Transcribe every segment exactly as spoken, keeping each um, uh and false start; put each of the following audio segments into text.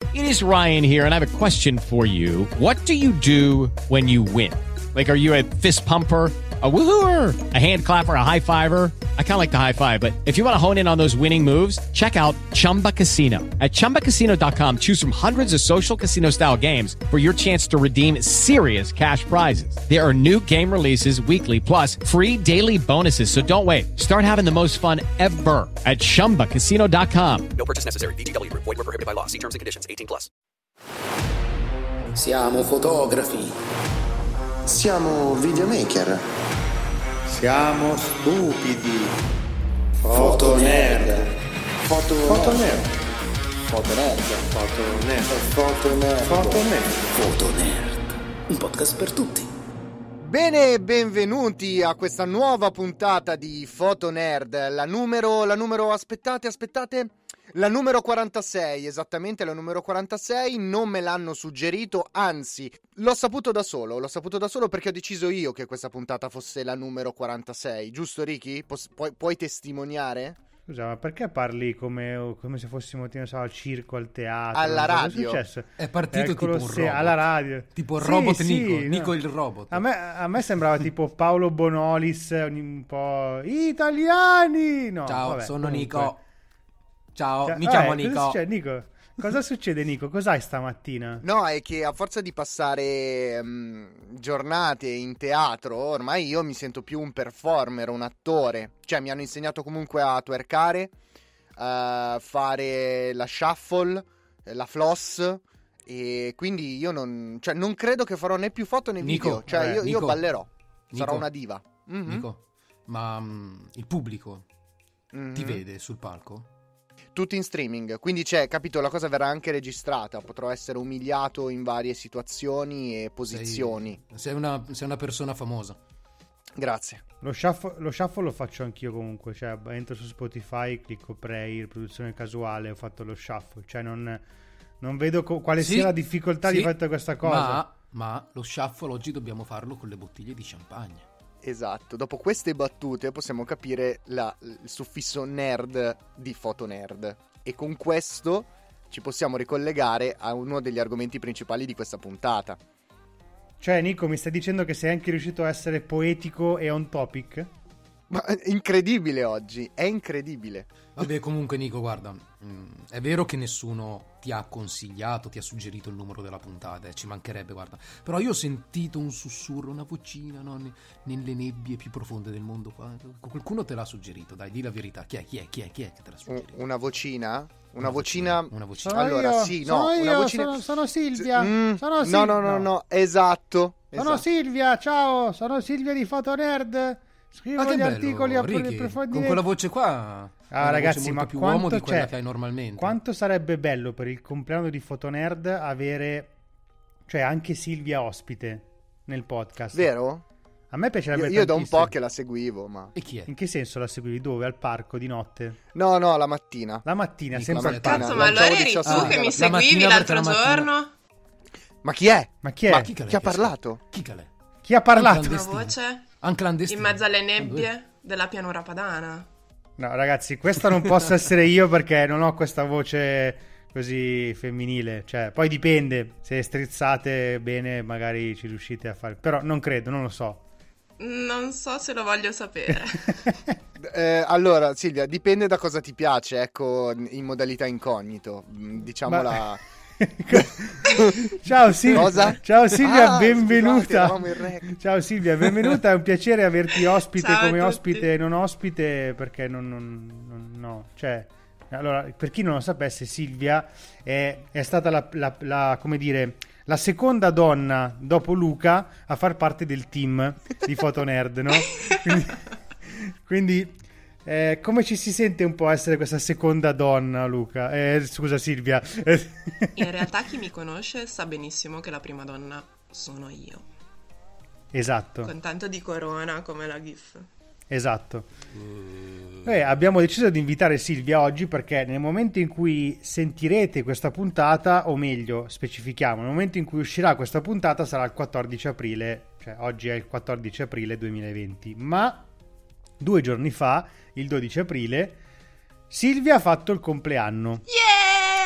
It is Ryan here, and I have a question for you. What do you do when you win? Like, are you a fist pumper, a woohooer, a hand clapper, a high fiver? I kind of like the high five, but if you want to hone in on those winning moves, check out Chumba Casino. At chumba casino dot com, choose from hundreds of social casino style games for your chance to redeem serious cash prizes. There are new game releases weekly, plus free daily bonuses. So don't wait. Start having the most fun ever at chumba casino dot com. No purchase necessary. V G W Group. Void where prohibited by law. See terms and conditions. eighteen plus. Siamo fotografi. Siamo videomaker. Siamo stupidi. Fotonerd. Foto... Fotonerd. Fotonerd. Fotonerd. Fotonerd. Fotonerd. Fotonerd. Un podcast per tutti. Bene, benvenuti a questa nuova puntata di Fotonerd. La numero, la numero, aspettate, aspettate. La numero quarantasei, esattamente la numero quarantasei, non me l'hanno suggerito, anzi, l'ho saputo da solo, l'ho saputo da solo perché ho deciso io che questa puntata fosse la numero quarantasei, giusto Ricky? Pos- puoi, puoi testimoniare? Scusa, ma perché parli come, come se fossimo non so, al circo, al teatro? Alla radio. Cosa è successo? È partito È tipo un Colosseo, robot. alla radio. Tipo il Sì, robot sì, Nico, no. Nico il robot. A me, a me sembrava tipo Paolo Bonolis, un po' italiani. No, Ciao, vabbè, sono comunque. Nico. Ciao, Cioè, mi vabbè, chiamo cosa Nico. succede, Nico? Cosa succede, Nico? Cos'hai stamattina? No, è che a forza di passare mh, giornate in teatro, ormai io mi sento più un performer, un attore. Cioè, mi hanno insegnato comunque a twerkare, a fare la shuffle, la floss, e quindi io non, cioè, non credo che farò né più foto né Nico, video. Cioè, vabbè, io, io Nico, ballerò, sarò Nico, una diva. Mhm. Nico, ma mm, il pubblico Mhm. ti vede sul palco? Tutto in streaming, quindi c'è, capito, la cosa verrà anche registrata, potrò essere umiliato in varie situazioni e posizioni. Sei, sei, una, sei una persona famosa. Grazie. Lo shuffle, lo shuffle lo faccio anch'io comunque, cioè entro su Spotify, clicco play, riproduzione casuale, ho fatto lo shuffle, cioè non, non vedo co- quale Sì, sia la difficoltà sì, di fare questa cosa. Ma, ma lo shuffle oggi dobbiamo farlo con le bottiglie di champagne. Esatto, dopo queste battute possiamo capire la- il suffisso nerd di Fotonerd e con questo ci possiamo ricollegare a uno degli argomenti principali di questa puntata. Cioè Nico, mi stai dicendo che sei anche riuscito a essere poetico e on topic? Ma è incredibile oggi, è incredibile. Vabbè, comunque Nico, guarda, mh, è vero che nessuno ti ha consigliato, ti ha suggerito il numero della puntata, eh, ci mancherebbe, guarda. Però io ho sentito un sussurro, una vocina, no? Ne- nelle nebbie più profonde del mondo qua. Qualcuno te l'ha suggerito, dai, di la verità. Chi è, chi è, chi è, chi è che te l'ha U- suggerito? una vocina? Una, Una vocina... vocina, una vocina. Sono Allora, io, sì, no, sono una io, vocina- sono, sono Silvia, Mm, sono Silvia. no, no, no, no, esatto. Sono esatto. Silvia, ciao, sono Silvia di Fotonerd. Scrivo Ma che gli bello, articoli a Ricky, approfondimento. con quella voce qua. è Ah una ragazzi, voce molto ma più quanto, uomo di quella cioè, che hai normalmente. quanto sarebbe bello per il compleanno di Fotonerd avere, cioè, anche Silvia ospite nel podcast. Vero? A me piacerebbe Io, io da un tantissimo. po' che la seguivo, ma... E chi è? In che senso la seguivi? Dove? Al parco di notte? No, no, la mattina. La mattina, Dico, sempre la al mattina. parco. Cazzo, ma allora lanciavo eri tu diciassette. che mi La seguivi mattina, l'altro perché la mattina- giorno? Ma chi è? Ma chi è? Ma chi, che l'è Chi ha che ascolta? parlato? Chi che l'è? Chi ha parlato? Una Clandestino. voce Un clandestino. in mezzo alle nebbie della pianura padana. No ragazzi, questa non posso essere io perché non ho questa voce così femminile. Cioè, poi dipende, se strizzate bene magari ci riuscite a fare. Però non credo, non lo so. Non so se lo voglio sapere. Eh, allora, Silvia, dipende da cosa ti piace, ecco, in modalità incognito. Mm, Diciamola... Ma- Ciao Silvia. Cosa? Ciao Silvia, Ah, benvenuta. scusate, eravamo in rec. Ciao Silvia, benvenuta. È un piacere averti ospite Ciao a come tutti. ospite e non ospite perché non, non- non- no, cioè allora, per chi non lo sapesse, Silvia è, è stata la, la- la- come dire, la seconda donna dopo Luca a far parte del team di Fotonerd, no? Quindi, quindi eh, come ci si sente un po' essere questa seconda donna, Luca? Eh, scusa Silvia. In realtà chi mi conosce sa benissimo che la prima donna sono io. Esatto. Con tanto di corona come la GIF. Esatto. Eh, abbiamo deciso di invitare Silvia oggi perché nel momento in cui sentirete questa puntata, o meglio, specifichiamo, nel momento in cui uscirà questa puntata sarà il quattordici aprile, cioè oggi è il quattordici aprile duemilaventi, ma due giorni fa, il dodici aprile, Silvia ha fatto il compleanno.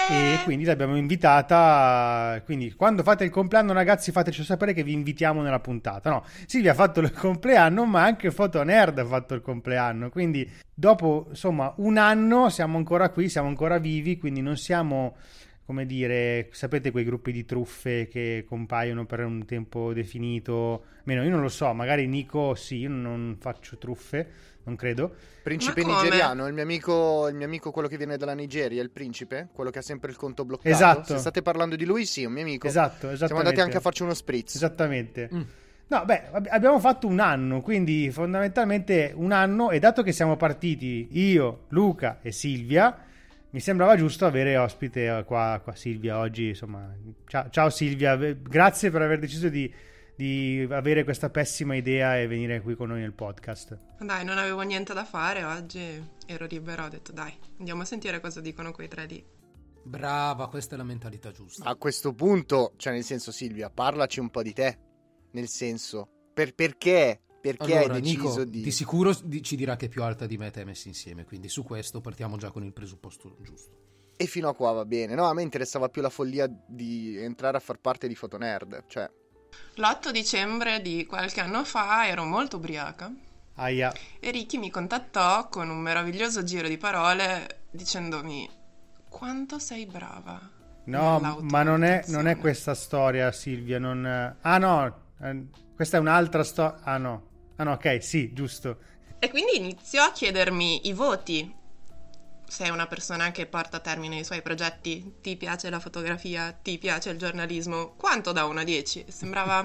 e quindi l'abbiamo invitata. Quindi quando fate il compleanno, ragazzi, fateci sapere che vi invitiamo nella puntata. No, Silvia ha fatto il compleanno, ma anche Fotonerd ha fatto il compleanno, quindi dopo insomma un anno siamo ancora qui, siamo ancora vivi, quindi non siamo, come dire, sapete quei gruppi di truffe che compaiono per un tempo definito, meno io non lo so, magari Nico sì, io non faccio truffe, non credo. Principe nigeriano, il mio amico, il mio amico quello che viene dalla Nigeria, il principe, quello che ha sempre il conto bloccato. Esatto. Se state parlando di lui, sì, un mio amico. Esatto, esattamente. Siamo andati anche a farci uno spritz. Esattamente. Mm. No, beh, ab- abbiamo fatto un anno, quindi fondamentalmente un anno, e dato che siamo partiti io, Luca e Silvia, mi sembrava giusto avere ospite qua, qua Silvia oggi, insomma. Ciao, ciao Silvia, grazie per aver deciso di, di avere questa pessima idea e venire qui con noi nel podcast. Dai, non avevo niente da fare oggi, ero libera, ho detto dai, andiamo a sentire cosa dicono quei tre lì. Brava, questa è la mentalità giusta. A questo punto, cioè nel senso, Silvia, parlaci un po' di te, nel senso, per, perché, perché allora, hai deciso Nico, di... di sicuro di- ci dirà che è più alta di me e te messi insieme, quindi su questo partiamo già con il presupposto giusto. E fino a qua va bene, no? A me interessava più la follia di entrare a far parte di Fotonerd, cioè... L'otto dicembre di qualche anno fa ero molto ubriaca Aia. e Ricky mi contattò con un meraviglioso giro di parole dicendomi quanto sei brava. No, ma non è, non è questa storia, Silvia, non... Ah no, eh, questa è un'altra storia... Ah no, ah no, ok, sì, giusto. E quindi iniziò a chiedermi i voti. Sei una persona che porta a termine i suoi progetti, ti piace la fotografia, ti piace il giornalismo, quanto da uno a dieci? Sembrava,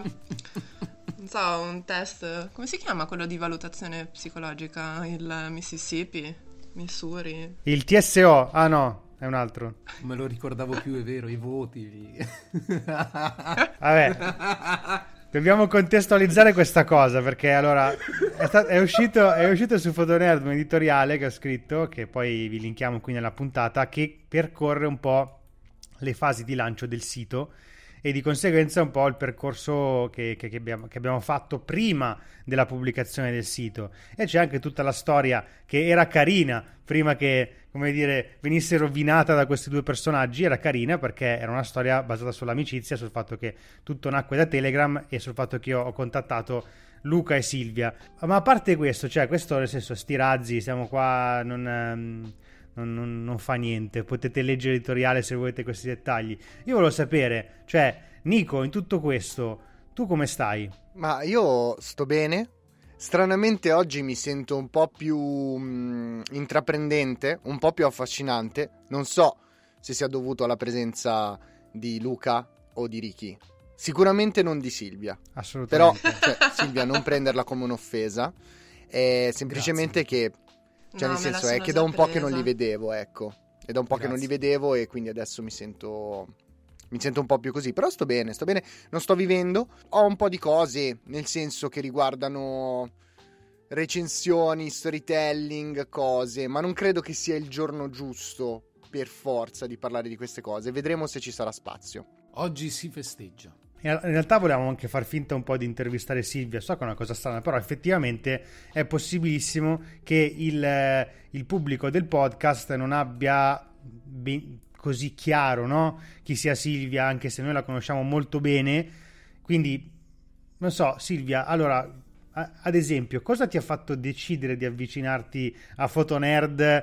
non so, un test, come si chiama quello di valutazione psicologica? Il Mississippi, Missouri? Il T S O, ah no, è un altro. Me lo ricordavo più, è vero, i voti. Vabbè, dobbiamo contestualizzare questa cosa, perché allora è, sta- è uscito è uscito su Fotonerd un editoriale che ho scritto, che poi vi linkiamo qui nella puntata, che percorre un po' le fasi di lancio del sito e di conseguenza un po' il percorso che, che, che, abbiamo, che abbiamo fatto prima della pubblicazione del sito, e c'è anche tutta la storia che era carina prima che, come dire, venisse rovinata da questi due personaggi. Era carina perché era una storia basata sull'amicizia, sul fatto che tutto nacque da Telegram e sul fatto che io ho contattato Luca e Silvia. Ma a parte questo, cioè questo nel senso, sti razzi, siamo qua, non... Um, Non, non, non fa niente, potete leggere l'editoriale se volete questi dettagli. Io volevo sapere, cioè, Nico, in tutto questo, tu come stai? Ma io sto bene. Stranamente oggi mi sento un po' più mh, intraprendente, un po' più affascinante. Non so se sia dovuto alla presenza di Luca o di Ricky. Sicuramente non di Silvia. Assolutamente. Però, cioè, Silvia, non prenderla come un'offesa. È semplicemente Grazie. che... Cioè, No, nel me la senso, è sono che già da un po' che non presa. li vedevo, ecco. È da un po' che non li Grazie. vedevo e quindi adesso mi sento... Mi sento un po' più così. Però sto bene, sto bene. Non sto vivendo. Ho un po' di cose, nel senso che riguardano recensioni, storytelling, cose. Ma non credo che sia il giorno giusto, per forza, di parlare di queste cose. Vedremo se ci sarà spazio. Oggi si festeggia. In realtà volevamo anche far finta un po' di intervistare Silvia, so che è una cosa strana, però effettivamente è possibilissimo che il, il pubblico del podcast non abbia ben, così chiaro, no? Chi sia Silvia, anche se noi la conosciamo molto bene. Quindi, non so, Silvia, allora, a, ad esempio, cosa ti ha fatto decidere di avvicinarti a Fotonerd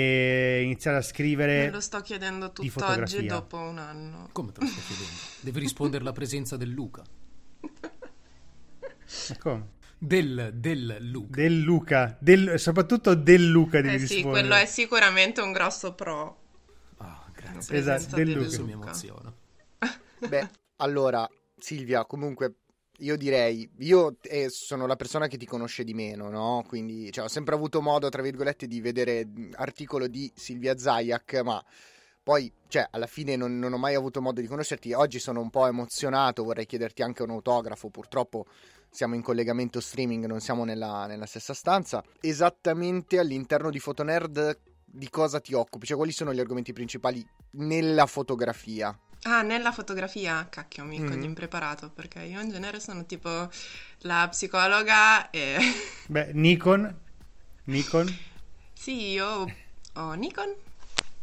e iniziare a scrivere? Me lo sto chiedendo di tutt'oggi fotografia? dopo un anno. Come te lo stai chiedendo? Deve rispondere la presenza del Luca. Ma come? Del, del Luca. Del Luca, del, soprattutto del Luca devi Eh sì, rispondere. quello è sicuramente un grosso pro. Ah, grazie. La presenza Esatto, del del Luca. Adesso mi Luca. emoziono. Beh, allora, Silvia, comunque, io direi, io eh, sono la persona che ti conosce di meno, no? Quindi, cioè, ho sempre avuto modo, tra virgolette, di vedere articolo di Silvia Zajac, ma poi, cioè, alla fine non, non ho mai avuto modo di conoscerti. Oggi sono un po' emozionato, vorrei chiederti anche un autografo, purtroppo siamo in collegamento streaming, non siamo nella, nella stessa stanza. Esattamente all'interno di Fotonerd di cosa ti occupi? Cioè, quali sono gli argomenti principali nella fotografia? Ah, nella fotografia? Cacchio, mi cogli Mhm. impreparato, perché io in genere sono tipo la psicologa e... Beh, Nikon, Nikon, Sì, io ho Nikon,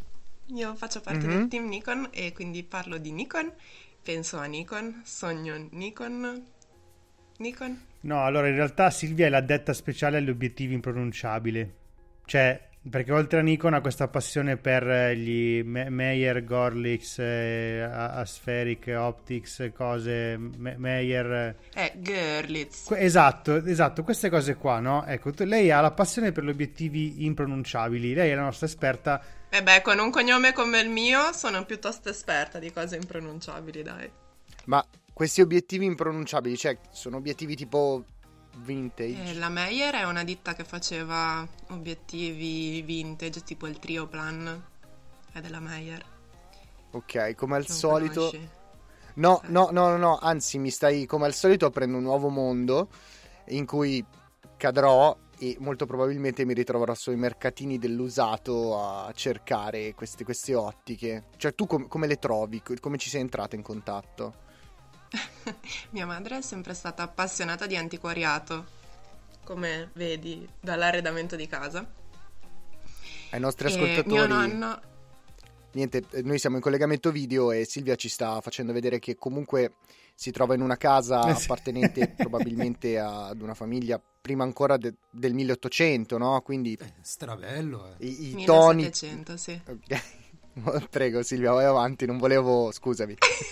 io faccio parte Mhm. del team Nikon e quindi parlo di Nikon, penso a Nikon, sogno Nikon, Nikon. No, allora in realtà Silvia è l'addetta speciale agli obiettivi impronunciabili. Cioè, perché oltre a Nikon ha questa passione per eh, gli Me- Meyer, Gorlix, eh, A- Aspheric, Optics, cose, Me- Meyer... È Görlitz. Que- Esatto, esatto, queste cose qua, no? Ecco, tu- lei ha la passione per gli obiettivi impronunciabili. Lei è la nostra esperta. E beh, con un cognome come il mio sono piuttosto esperta di cose impronunciabili, dai. Ma questi obiettivi impronunciabili, cioè, sono obiettivi tipo vintage? E la Meyer è una ditta che faceva obiettivi vintage, tipo il Trioplan, è della Meyer. Ok, come al Non solito... conosci? No, Ok. no, no, no, no, anzi mi stai, come al solito, aprendo un nuovo mondo in cui cadrò e molto probabilmente mi ritroverò sui mercatini dell'usato a cercare queste, queste ottiche. Cioè, tu com- come le trovi? Co- Come ci sei entrata in contatto? Mia madre è sempre stata appassionata di antiquariato, come vedi dall'arredamento di casa. Ai nostri E ascoltatori... mio nonno... Niente, eh, noi siamo in collegamento video e Silvia ci sta facendo vedere che comunque si trova in una casa Eh sì. appartenente probabilmente ad una famiglia prima ancora de- del milleottocento, no? Quindi Eh, stravello, eh. i, i toni... millesettecento, sì. Ok. Prego Silvia, vai avanti, non volevo... Scusami.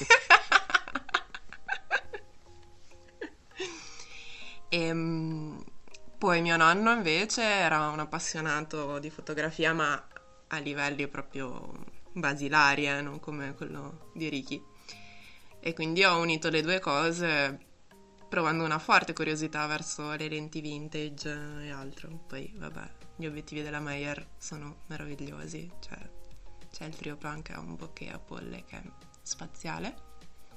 E poi mio nonno invece era un appassionato di fotografia, ma a livelli proprio basilari, eh, non come quello di Ricky. E quindi ho unito le due cose provando una forte curiosità verso le lenti vintage e altro. Poi, vabbè, gli obiettivi della Meyer sono meravigliosi. Cioè, c'è il Trioplan che ha un bokeh a polle che è spaziale.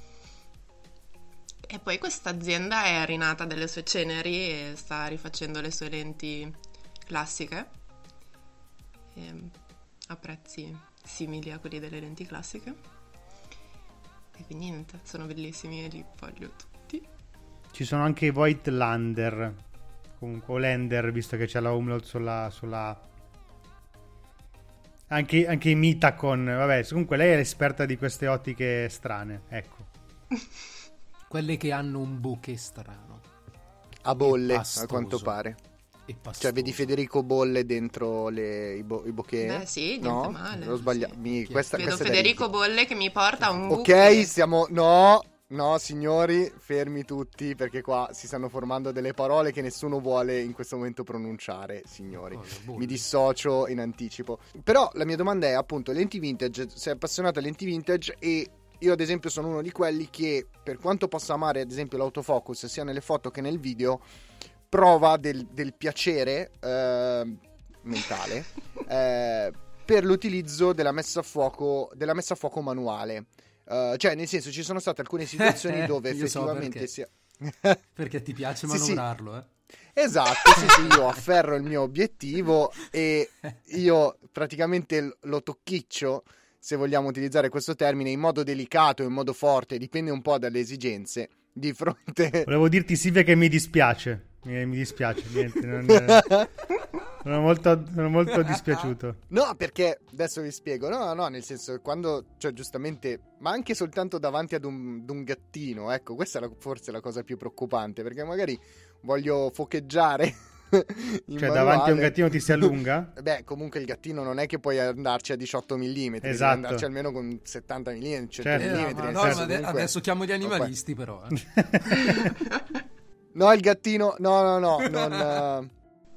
E poi questa azienda è rinata dalle sue ceneri e sta rifacendo le sue lenti classiche e a prezzi simili a quelli delle lenti classiche. E quindi niente, sono bellissimi e li voglio tutti. Ci sono anche i Voigtlander, comunque o Lander, visto che c'è la umlaut sulla, sulla A. Anche, anche i Mitacon, vabbè, comunque lei è l'esperta di queste ottiche strane, ecco. Quelle che hanno un bokeh strano. A bolle, a pastoso. quanto pare. E pastoso. Cioè, vedi Federico Bolle dentro le, i, bo- i bokeh? Beh, sì, niente No? male, Ho sbagliato. sì. Mi- Chi è? questa, Vedo questa è da Federico Ricky. Bolle che mi porta un Ok, bouquet. stiamo... No, no, signori, fermi tutti, perché qua si stanno formando delle parole che nessuno vuole in questo momento pronunciare, signori. Cosa, bolle? Mi dissocio in anticipo. Però la mia domanda è, appunto, lenti vintage. Sei appassionato a lenti vintage e io, ad esempio, sono uno di quelli che, per quanto possa amare, ad esempio, l'autofocus, sia nelle foto che nel video, prova del, del piacere eh, mentale eh, per l'utilizzo della messa a fuoco, della messa a fuoco manuale. Uh, cioè, nel senso, ci sono state alcune situazioni dove Io so effettivamente perché. sia... Perché ti piace Sì, sì. manovrarlo, eh? Esatto, sì, sì, io afferro il mio obiettivo e io praticamente lo tocchiccio, se vogliamo utilizzare questo termine, in modo delicato, in modo forte, dipende un po' dalle esigenze, di fronte... Volevo dirti, Silvia, che mi dispiace. Mi, mi dispiace, niente. Non, sono, molto, sono molto dispiaciuto. No, perché adesso vi spiego. No, no, nel senso, quando, cioè, giustamente, ma anche soltanto davanti ad un, ad un gattino, ecco, questa è la- forse la cosa più preoccupante, perché magari voglio focheggiare. in Cioè, manuale. davanti a un gattino ti si allunga? Beh, comunque il gattino non è che puoi andarci a diciotto millimetri, Esatto. devi andarci almeno con settanta millimetri, cento Certo. Eh, no, millimetri. ma nel no, senso, ma ade- comunque- adesso chiamo gli animalisti, però. Eh. No, il gattino, no, no, no, non... eh,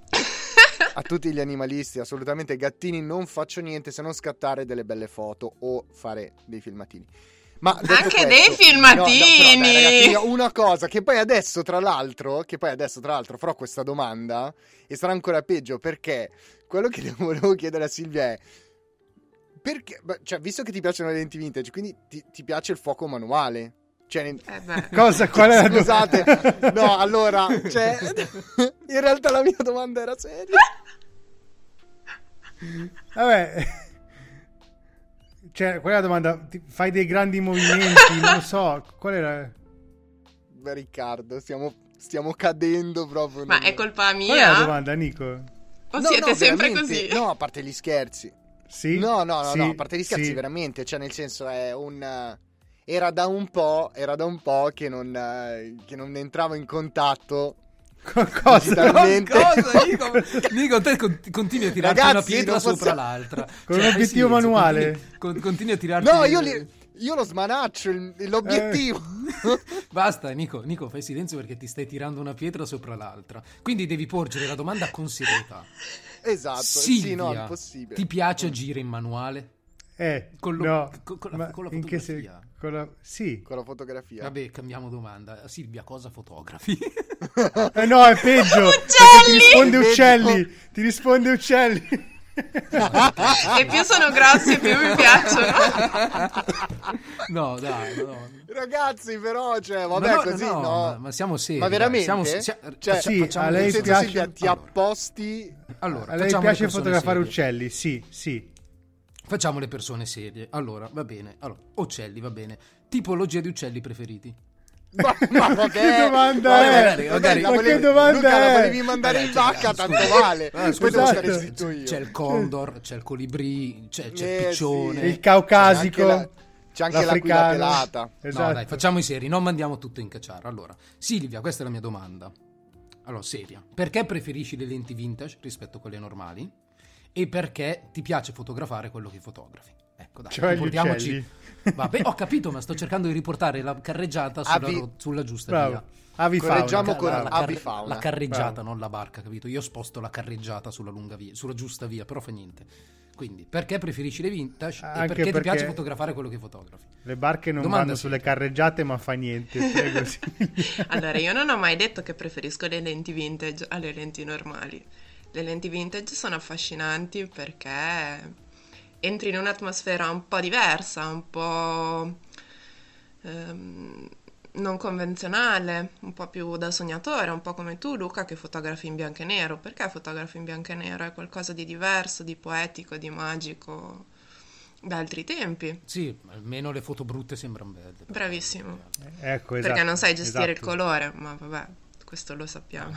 a tutti gli animalisti, assolutamente, gattini, non faccio niente se non scattare delle belle foto o fare dei filmatini. Ma detto Anche questo- dei filmatini! No, no, però, dai, ragazzi, una cosa che poi adesso, tra l'altro, che poi adesso, tra l'altro, farò questa domanda e sarà ancora peggio, perché quello che le volevo chiedere a Silvia è: perché, beh, cioè, visto che ti piacciono le lenti vintage, quindi ti, ti piace il fuoco manuale? Cioè, nel- Eh beh. Cosa? Qual è la Scusate, no, allora, cioè, in realtà la mia domanda era seria. Vabbè, cioè, qual è la domanda? Ti- Fai dei grandi movimenti? Non lo so. Qual era? Beh, Riccardo, stiamo, stiamo cadendo proprio. Ma nel- è colpa Qual è la mia? domanda, Nico? O No, siete no, sempre veramente, così? No, a parte gli scherzi. Sì? No, no, no, sì, no, a parte gli scherzi, sì. veramente, cioè nel senso è un... Era da un po', era da un po' che non, eh, che non entravo in contatto Cosa? digitalmente. Cosa, Nico? Nico, te con- continui a tirarti Ragazzi, una pietra non sopra possiamo- l'altra. Con Cioè, un fai obiettivo silenzio, manuale. Continui, con- continui a tirarti... No, io, li- io lo smanaccio, il- l'obiettivo. Basta, Nico, Nico, fai silenzio perché ti stai tirando una pietra sopra l'altra. Quindi devi porgere la domanda con serietà. Esatto, Silvia, sì, no, è impossibile. ti piace agire in manuale? Eh, Con lo- no, con- con la- ma con la in che fotografia. se- con la- sì. Con la fotografia. Vabbè, cambiamo domanda. Silvia, cosa fotografi? Eh, no, è peggio. Uccelli! Perché ti risponde Vedi? uccelli. Ti risponde uccelli. E più sono grossi, più mi piacciono. No, dai, no. Ragazzi, però, cioè, vabbè, Ma no, così no, no. Ma, ma siamo seri. Ma dai, veramente? siamo se- sia- Cioè, faccia- sì, facciamo a lei Nel le senso, piace- Silvia, ti Allora, apposti... allora, A lei facciamo piace le persone fotografare serie. uccelli? Sì, sì. Facciamo le persone serie. Allora, va bene. Allora, uccelli, va bene. Tipologia di uccelli preferiti? Ma, ma, ma Che domanda vabbè, è? magari- magari Ma la che volevi- domanda Luca, la è? volevi mandare Vabbè, in cioè, vacca, scusa. tanto vale. Ah, Poi scusa, devo esatto. stare zitto io. C'è il condor, c'è il colibrì, c'è, c'è il Eh, piccione. sì. Il caucasico. C'è anche la- c'è anche l'aquila l'africano. pelata. Esatto. No, dai, facciamo i seri, non mandiamo tutto in cacciara. Allora, Silvia, questa è la mia domanda. Allora, seria. Perché preferisci le lenti vintage rispetto a quelle normali? E perché ti piace fotografare quello che fotografi? Ecco, dai, Cioè gli riportiamoci. uccelli. Vabbè, ho capito, ma sto cercando di riportare la carreggiata sulla, Avi- ro- sulla giusta Bravo. via. Avifauna. Correggiamo con La, la, avifauna. la carreggiata, Bravo. non la barca, capito? Io sposto la carreggiata sulla lunga via, sulla giusta via, però fa niente. Quindi, perché preferisci le vintage? Anche e perché, ti perché- piace fotografare quello che fotografi? Le barche non Domanda vanno sì. sulle carreggiate, ma fa niente. Prego, Silvia. Allora, io non ho mai detto che preferisco le lenti vintage alle lenti normali. Le lenti vintage sono affascinanti perché entri in un'atmosfera un po' diversa, un po' ehm, non convenzionale, un po' più da sognatore, un po' come tu, Luca, che fotografi in bianco e nero. Perché fotografi in bianco e nero? È qualcosa di diverso, di poetico, di magico, da altri tempi. Sì, almeno le foto brutte sembrano belle. Bravissimo. Ecco, esatto. Perché non sai gestire il esatto. colore, ma vabbè, questo lo sappiamo.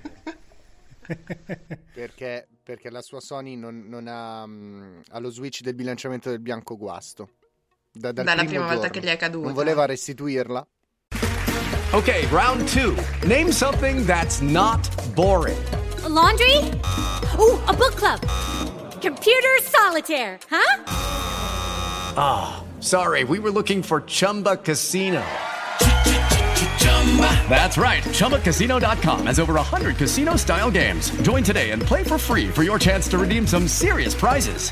Perché, perché la sua Sony non, non ha, mm, ha lo switch del bilanciamento del bianco guasto. Da- dal Dalla primo prima volta giorno. che gli è caduta. Non voleva restituirla. Okay, round two. Name something that's not boring. A laundry? Ooh, a book club. Computer solitaire, huh? Sorry, we were looking for Chumba Casino. That's right. Chumba Casino dot com has over one hundred casino-style games. Join today and play for free for your chance to redeem some serious prizes.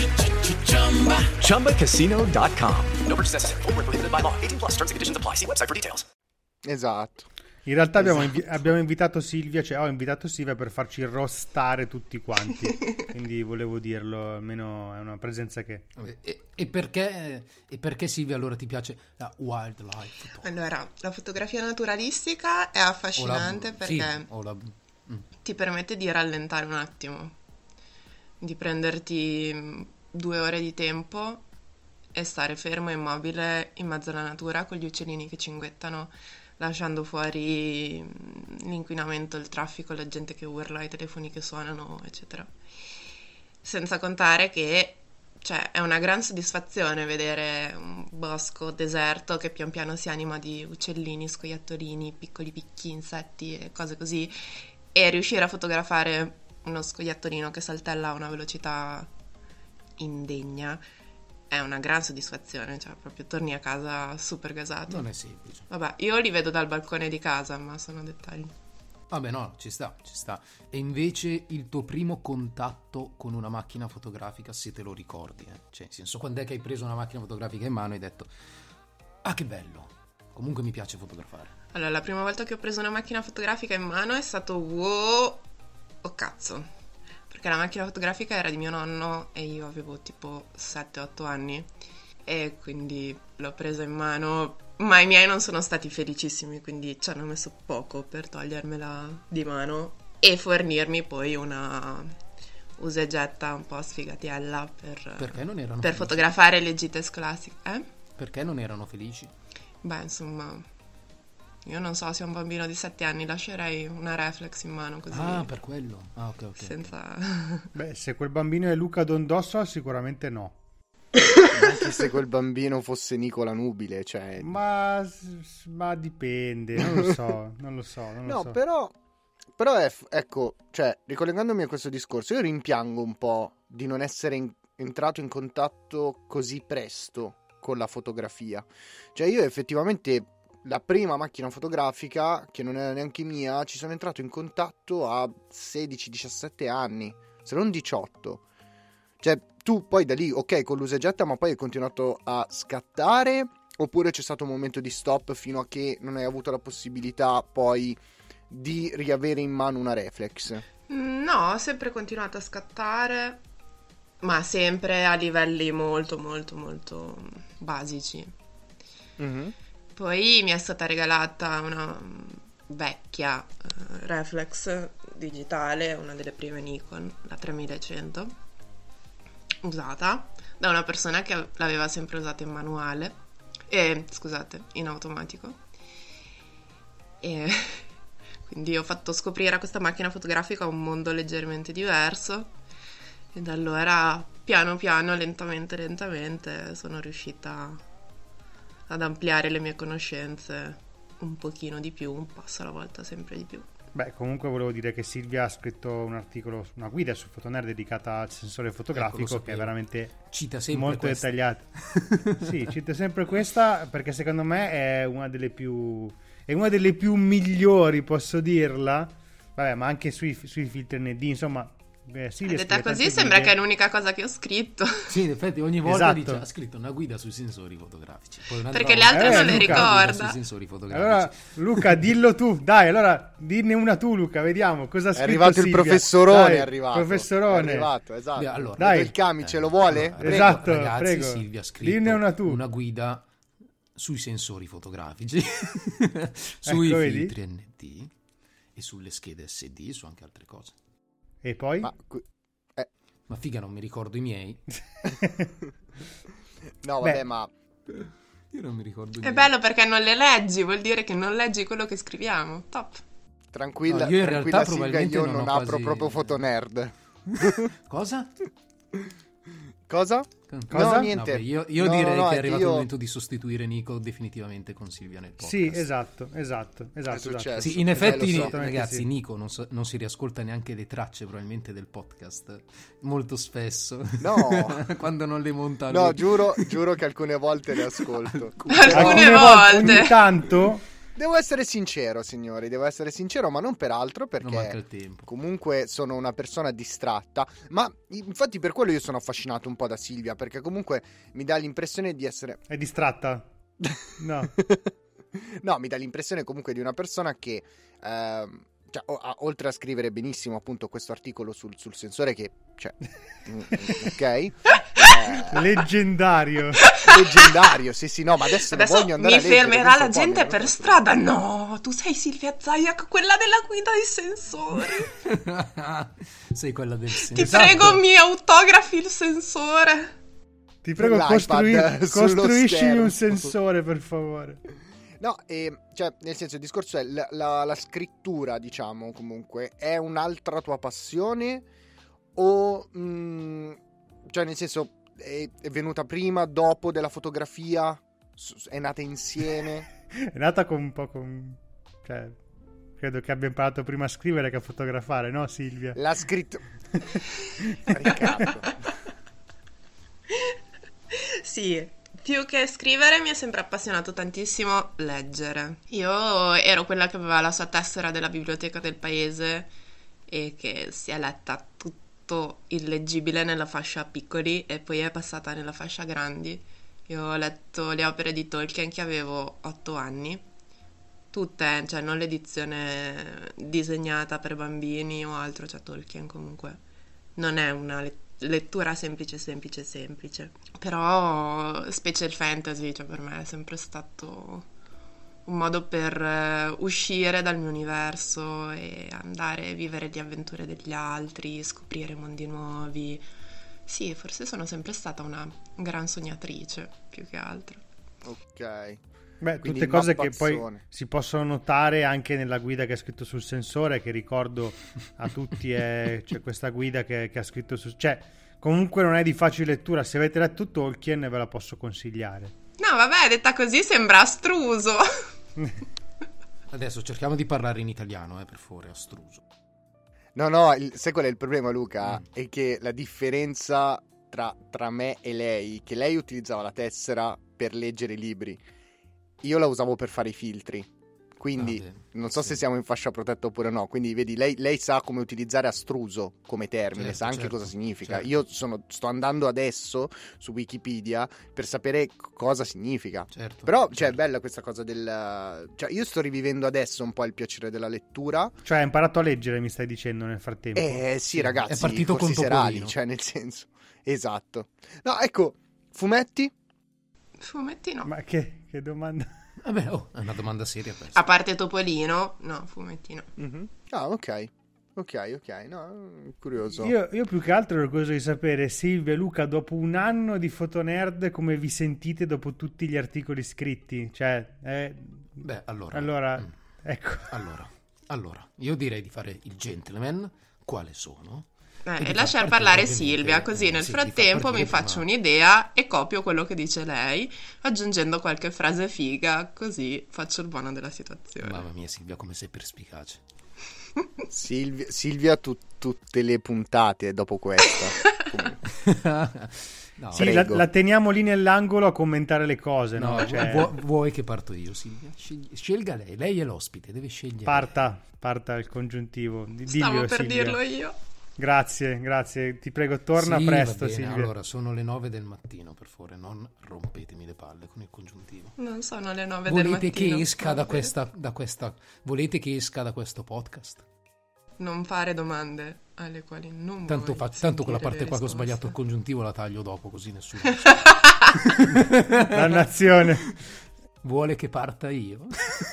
Chumba Casino dot com. No purchase necessary. Void where prohibited by law. eighteen plus terms and conditions apply. See website for details. Esatto. In realtà abbiamo, invi- abbiamo invitato Silvia, cioè ho invitato Silvia per farci rostare tutti quanti. Quindi volevo dirlo, almeno è una presenza che... E, e perché, e perché Silvia allora ti piace la wildlife? photography? Allora, la fotografia naturalistica è affascinante O la- perché sì, o la- ti permette di rallentare un attimo, di prenderti mh, due ore di tempo e stare fermo e immobile in mezzo alla natura con gli uccellini che cinguettano, lasciando fuori mh, l'inquinamento, il traffico, la gente che urla, i telefoni che suonano, eccetera. Senza contare che cioè, è una gran soddisfazione vedere un bosco deserto che pian piano si anima di uccellini, scoiattolini, piccoli picchi, insetti e cose così, e riuscire a fotografare uno scoiattolino che saltella a una velocità indegna è una gran soddisfazione, cioè proprio torni a casa super gasato. Non è semplice. Vabbè, io li vedo dal balcone di casa, ma sono dettagli. Vabbè, no, ci sta, ci sta. E invece il tuo primo contatto con una macchina fotografica, se te lo ricordi, eh? Cioè, nel senso, quando è che hai preso una macchina fotografica in mano e hai detto ah, che bello, comunque mi piace fotografare. Allora, la prima volta che ho preso una macchina fotografica in mano è stato wow, oh cazzo, perché la macchina fotografica era di mio nonno e io avevo tipo sette otto anni e quindi l'ho presa in mano, ma i miei non sono stati felicissimi, quindi ci hanno messo poco per togliermela di mano e fornirmi poi una usa e getta un po' sfigatiella per, Perché non erano per felici? fotografare le gite scolastiche. Eh? Perché non erano felici? Beh, insomma, Io non so se un bambino di sette anni lascerei una reflex in mano così. Ah, per quello. Ah, ok, ok. Senza... Beh, se quel bambino è Luca Dondosso, sicuramente no. Anche se quel bambino fosse Nicola Nubile, cioè... Ma, ma dipende, non lo so, non lo so. Non lo No, so. però, però è, ecco, cioè, ricollegandomi a questo discorso, io rimpiango un po' di non essere in- entrato in contatto così presto con la fotografia. Cioè, io effettivamente la prima macchina fotografica, che non era neanche mia, ci sono entrato in contatto a sedici diciassette anni, se non diciotto. Cioè, tu poi da lì, ok, con l'usa e getta, ma poi hai continuato a scattare, oppure c'è stato un momento di stop fino a che non hai avuto la possibilità poi di riavere in mano una reflex? No, ho sempre continuato a scattare, ma sempre a livelli molto molto molto basici. Mm-hmm. Poi mi è stata regalata una vecchia uh, reflex digitale, una delle prime Nikon, la tremilacento, usata da una persona che l'aveva sempre usata in manuale, eh, scusate, in automatico. E quindi ho fatto scoprire a questa macchina fotografica un mondo leggermente diverso, e da allora piano piano, lentamente lentamente sono riuscita ad ampliare le mie conoscenze un pochino di più, un passo alla volta, sempre di più. Beh, comunque volevo dire che Silvia ha scritto un articolo, una guida su Fotonerd dedicata al sensore fotografico, Ecco, che è veramente cita sempre molto questa. dettagliata. Sì, cita sempre questa perché secondo me è una delle più è una delle più migliori, posso dirla. Vabbè, ma anche sui, sui filtri N D, insomma. Beh, Silvia Detta scrive così tante sembra guide. che è l'unica cosa che ho scritto. Sì, in effetti ogni volta Esatto. dice ha scritto una guida sui sensori fotografici. Poi un'altra Perché le volta altre Eh, non le Luca. una guida ricorda. sui sensori fotografici. Allora, Luca, dillo tu, dai, allora dinne una tu, Luca, vediamo cosa ha È scritto arrivato il Silvia. professorone, Dai, è arrivato. Professorone. È arrivato, esatto. Beh, allora, Dai. Il Cami ce lo vuole? Allora, Prego. Esatto, ragazzi, prego. Silvia ha scritto Dinne una tu. una guida sui sensori fotografici, sui Ecco, vedi? filtri N D e sulle schede S D, su anche altre cose. E poi? Ma, qui- Ma figa, non mi ricordo i miei. no, vabbè, Beh. ma... Io non mi ricordo i È miei. bello perché non le leggi, vuol dire che non leggi quello che scriviamo. Top. Tranquilla, No, io in tranquilla realtà Silvia, probabilmente io non non ho apro quasi- proprio Fotonerd. Cosa? Cosa? Cosa? No, niente. No, beh, io io No, direi no, no, che è è arrivato io- il momento di sostituire Nico definitivamente con Silvia nel podcast. Sì, esatto, esatto, esatto. È successo. Sì, in Eh, effetti, lo so. ragazzi, Sì. Nico non, so- non si riascolta neanche le tracce probabilmente del podcast molto spesso. No. Quando non le monta No, lui. giuro, giuro che alcune volte le ascolto. Alcune volte, volte. ogni tanto. Devo essere sincero, signori, devo essere sincero, ma non per altro, Non manca perché il tempo. comunque sono una persona distratta. Ma infatti per quello io sono affascinato un po' da Silvia, perché comunque mi dà l'impressione di essere... È distratta? No. No, mi dà l'impressione comunque di una persona che, ehm, cioè, o- a- oltre a scrivere benissimo appunto questo articolo sul, sul sensore che, cioè, mm, ok, eh, Leggendario. leggendario, sì sì, no, ma adesso, lo Adesso voglio andare mi a leggere, fermerà questo la qua gente mi per ha- strada. No, tu sei Silvia Zajak, quella della guida dei sensori. Sei quella del Ti senso. prego, mi autografi il sensore. Ti prego, L'iPad costrui- sullo costruiscimi schermo. un sensore, per favore. No, e, cioè, nel senso, il discorso è la, la- la scrittura, diciamo, comunque, è un'altra tua passione o, mm, cioè, nel senso, è, è venuta prima, dopo della fotografia? S- È nata insieme? È nata con un po' con... Cioè, credo che abbia imparato prima a scrivere che a fotografare, no Silvia? La scrittura... Riccardo. Sì, più che scrivere mi è sempre appassionato tantissimo leggere. Io ero quella che aveva la sua tessera della biblioteca del paese e che si è letta tutto illeggibile nella fascia piccoli e poi è passata nella fascia grandi. Io ho letto le opere di Tolkien che avevo otto anni, tutte, cioè non l'edizione disegnata per bambini o altro, cioè Tolkien comunque non è una lettura lettura semplice semplice semplice, però specie il fantasy, cioè per me è sempre stato un modo per eh, uscire dal mio universo e andare a vivere le avventure degli altri, scoprire mondi nuovi. Sì, forse sono sempre stata una gran sognatrice più che altro. Ok. Beh, Quindi tutte cose che poi mappazzone. si possono notare anche nella guida che ha scritto sul sensore, che ricordo a tutti è, c'è questa guida che, che ha scritto su... Cioè, comunque non è di facile lettura, se avete letto Tolkien ve la posso consigliare. No, vabbè, detta così sembra astruso. Adesso cerchiamo di parlare in italiano, eh, per favore, astruso. No, no, il, sai qual è il problema, Luca? Mm. È che la differenza tra, tra me e lei, che lei utilizzava la tessera per leggere i libri, io la usavo per fare i filtri. Quindi Ah, beh, non so sì. se siamo in fascia protetta oppure no. Quindi vedi, lei, lei sa come utilizzare astruso come termine, Certo, sa anche certo, cosa significa. certo. Io sono, sto andando adesso su Wikipedia per sapere c- cosa significa. Certo, Però, cioè, è certo. bella questa cosa del... Cioè, io sto rivivendo adesso un po' il piacere della lettura. Cioè, hai imparato a leggere, mi stai dicendo, nel frattempo? Eh sì, ragazzi, è partito corsi con serali, Topolino. cioè nel senso... Esatto. No, ecco, fumetti? Fumetti no. Ma che, che domanda... Vabbè, oh, è una domanda seria questa. A parte Topolino, no, fumetti no. Mhm. Ah, ok. Ok, ok, no, curioso. Io, io più che altro ero curioso di sapere, Silvia e Luca, dopo un anno di Fotonerd, come vi sentite dopo tutti gli articoli scritti? Cioè, eh, Beh, allora... allora, mm, ecco. allora, allora, io direi di fare il gentleman, quale sono? Eh, di e far lasciare partire, parlare ovviamente, Silvia, così eh, nel sì, di far frattempo mi partire faccio prima- un'idea e copio quello che dice lei, aggiungendo qualche frase figa, così faccio il buono della situazione. Mamma mia, Silvia, come sei perspicace. Silvia, Silvia tu- tutte le puntate dopo questa. Comunque. No, Sì, la, prego. la teniamo lì nell'angolo a commentare le cose, no? no, Cioè, vuoi, vuoi che parto io, Silvia? Scegli- scelga lei, lei è l'ospite, deve scegliere. parta, parta il congiuntivo. Di- Stavo diglielo, per Silvia. dirlo io. Grazie, grazie. Ti prego, torna Sì, presto, va bene. Silvia. Allora, sono le nove del mattino, per favore, non rompetemi le palle con il congiuntivo. Non sono le nove del Volete mattino. che esca da vabbè. questa, da questa volete che esca da questo podcast? Non fare domande alle quali non Tanto, vuoi fa, tanto quella sentire parte le qua che ho sbagliato il risposte. congiuntivo la taglio dopo, così nessuno Dannazione. vuole che parta io.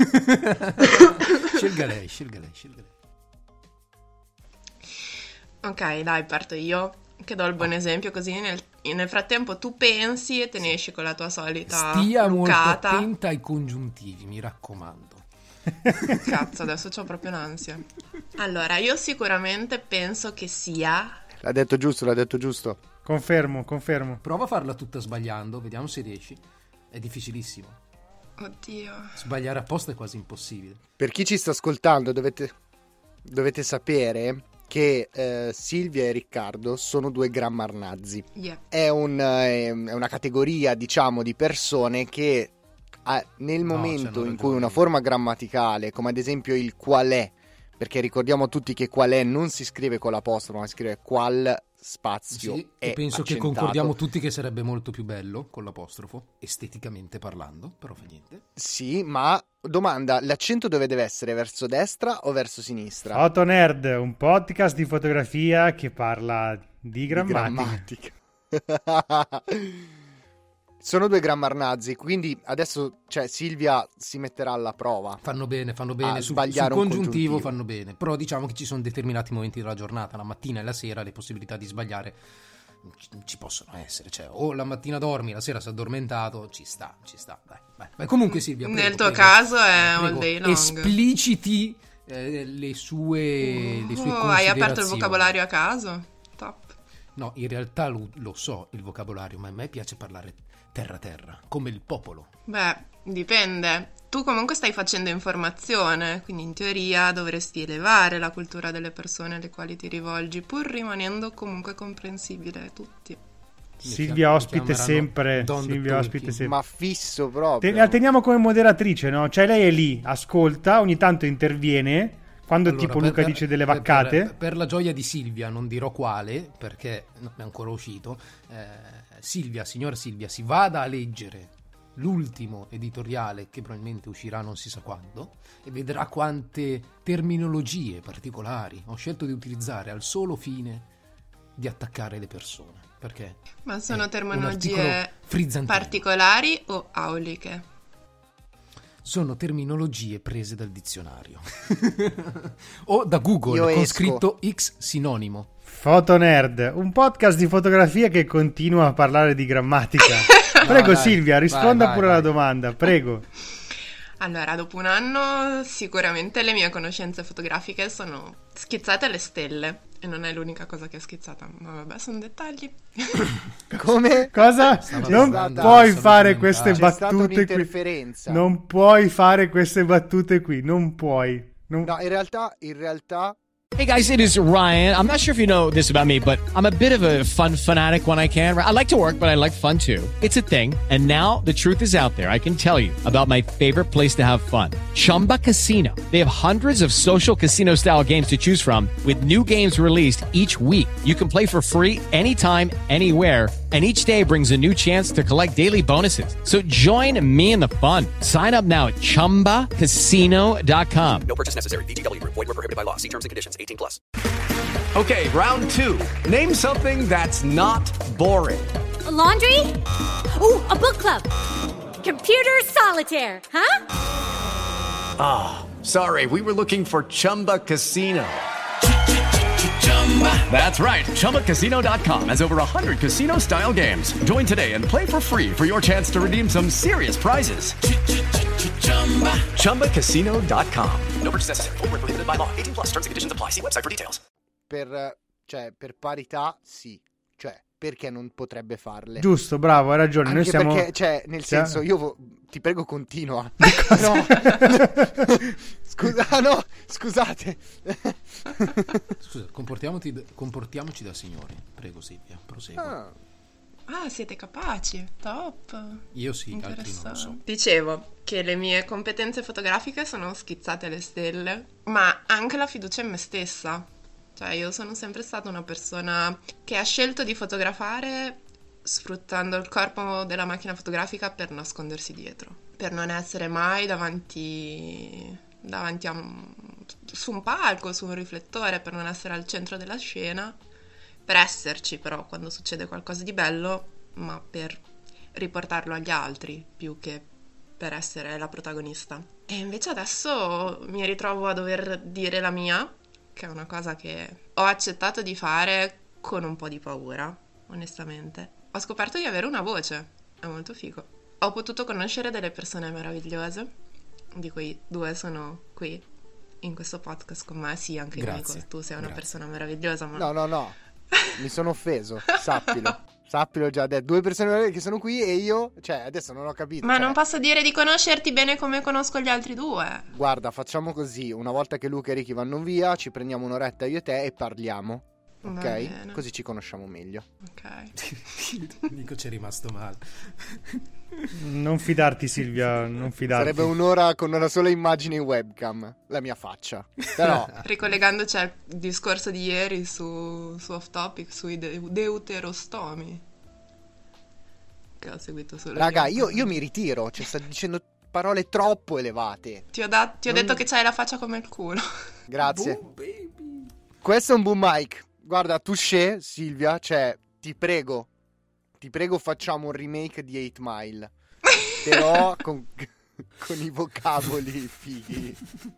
Scelga lei, scelga lei, scelga lei. Ok, dai, parto io, che do il buon esempio, così nel, nel frattempo tu pensi e te ne esci con la tua solita Stia molto lucata. attenta ai congiuntivi, mi raccomando. Cazzo, adesso c'ho proprio un'ansia. Allora, io sicuramente penso che sia... L'ha detto giusto, l'ha detto giusto. Confermo, confermo. Prova a farla tutta sbagliando, vediamo se riesci. È difficilissimo. Oddio. Sbagliare apposta è quasi impossibile. Per chi ci sta ascoltando dovete, dovete sapere che eh, Silvia e Riccardo sono due grammarnazzi. Yeah. È, un, eh, è una categoria, diciamo, di persone che ah, nel No, momento c'hanno in cui ragione. una forma grammaticale, come ad esempio il qual è, perché ricordiamo tutti che qual è non si scrive con l'apostrofo, ma si scrive qual spazio Sì, è e penso che accentato. concordiamo tutti che sarebbe molto più bello con l'apostrofo, esteticamente parlando, però fa niente. Sì, ma domanda, l'accento dove deve essere? Verso destra o verso sinistra? Fotonerd, un podcast di fotografia che parla di Di grammatica. grammatica. Sono due grammarnazzi, quindi adesso, cioè, Silvia si metterà alla prova. Fanno bene, fanno bene, A sul, sul sbagliare un congiuntivo, congiuntivo. fanno bene, però diciamo che ci sono determinati momenti della giornata, la mattina e la sera, le possibilità di sbagliare ci, ci possono essere, cioè o la mattina dormi, la sera sei addormentato, ci sta, ci sta, dai, vai, vai. Comunque Silvia, prego, Nel tuo prego, caso è prego, all day long. espliciti eh, le sue, le sue Oh, hai aperto il considerazioni. vocabolario a caso? Top. No, in realtà lo, lo so il vocabolario, ma a me piace parlare terra terra, come il popolo. Beh, dipende. Tu comunque stai facendo informazione, quindi in teoria dovresti elevare la cultura delle persone alle quali ti rivolgi, pur rimanendo comunque comprensibile a tutti. Silvia Mi ospite chiameranno sempre. Don the Silvia Talking. ospite sempre. Ma fisso Te- proprio. la teniamo come moderatrice, no? Cioè lei è lì, ascolta, ogni tanto interviene. Quando Allora, tipo per- Luca per- dice delle per- vaccate. Per, per la gioia di Silvia, non dirò quale, perché non è ancora uscito. eh, Silvia, signora Silvia, si vada a leggere l'ultimo editoriale che probabilmente uscirà non si sa quando e vedrà quante terminologie particolari ho scelto di utilizzare al solo fine di attaccare le persone. Perché Ma è sono un terminologie articolo frizzantino. particolari o auliche? Sono terminologie prese dal dizionario o da Google Io con esco. scritto X sinonimo. Fotonerd, un podcast di fotografia che continua a parlare di grammatica. Prego dai. Silvia, risponda Vai, vai, pure vai. alla domanda, prego. Allora, dopo un anno sicuramente le mie conoscenze fotografiche sono schizzate alle stelle. E non è l'unica cosa che è schizzata, ma vabbè, sono dettagli. Come? Cosa? Stava Non guardando, puoi stava fare commentando. queste C'è stata battute qui. un'interferenza. Non puoi fare queste battute qui, non puoi. Non- No, in realtà, in realtà Hey guys, it is Ryan. I'm not sure if you know this about me, but I'm a bit of a fun fanatic when I can. I like to work, but I like fun too. It's a thing. And now the truth is out there. I can tell you about my favorite place to have fun. Chumba Casino. They have hundreds of social casino style games to choose from with new games released each week. You can play for free anytime, anywhere. And each day brings a new chance to collect daily bonuses. So join me in the fun. Sign up now at chumba casino dot com. No purchase necessary. V G W Group. Void where prohibited by law. See terms and conditions. eighteen plus. Okay, round two. Name something that's not boring. A laundry? Ooh, a book club. Computer solitaire, huh? Ah, oh, sorry. We were looking for Chumba Casino. That's right. Chumba Casino dot com has over one hundred casino-style games. Join today and play for free for your chance to redeem some serious prizes. Chumba Casino dot com. No purchase necessary. Void where prohibited by law. eighteen plus. Terms and conditions apply. See website for details. per, cioè, per parità sì. Cioè, perché non potrebbe farle? Giusto, bravo, hai ragione. Anche Noi siamo... perché, cioè, nel Sia- senso, io vo- ti prego continua. No. Scusa, ah, no, scusate. Scusa, comportiamoci, comportiamoci da signori. Prego Silvia, prosegua. Ah, Ah, siete capaci, top. Io sì, altri non lo so. Interessante. Dicevo che le mie competenze fotografiche sono schizzate alle stelle, ma anche la fiducia in me stessa. Cioè, io sono sempre stata una persona che ha scelto di fotografare sfruttando il corpo della macchina fotografica per nascondersi dietro, per non essere mai davanti, davanti a un, su un palco, su un riflettore, per non essere al centro della scena, per esserci però quando succede qualcosa di bello, ma per riportarlo agli altri più che per essere la protagonista. E invece adesso mi ritrovo a dover dire la mia, che è una cosa che ho accettato di fare con un po' di paura, onestamente. Ho scoperto di avere una voce, è molto figo. Ho potuto conoscere delle persone meravigliose, di cui due sono qui in questo podcast con me. Sì, anche Grazie. Nico, tu sei una Grazie. persona meravigliosa, ma no, no, no. Mi sono offeso, sappilo. Sappilo già, de- due persone che sono qui e io, cioè, adesso non ho capito. Ma cioè, non posso dire di conoscerti bene come conosco gli altri due. Guarda, facciamo così, una volta che Luca e Ricky vanno via, ci prendiamo un'oretta io e te e parliamo. Va Ok? bene. Così ci conosciamo meglio. Ok. Nico c'è rimasto male. Non fidarti Silvia, non fidarti. Sarebbe un'ora con una sola immagine in webcam, la mia faccia. Però, Ricollegandoci al discorso di ieri su, su Off Topic, sui de- deuterostomi, che ho seguito solo raga, io. io, io mi ritiro, cioè sta dicendo parole troppo elevate. Ti ho, da- ti ho Non- detto che c'hai la faccia come il culo. Grazie. Boom, baby. Questo è un boom mic. Guarda, touché, Silvia, cioè, ti prego, ti prego facciamo un remake di eight Mile, però con, con i vocaboli fighi.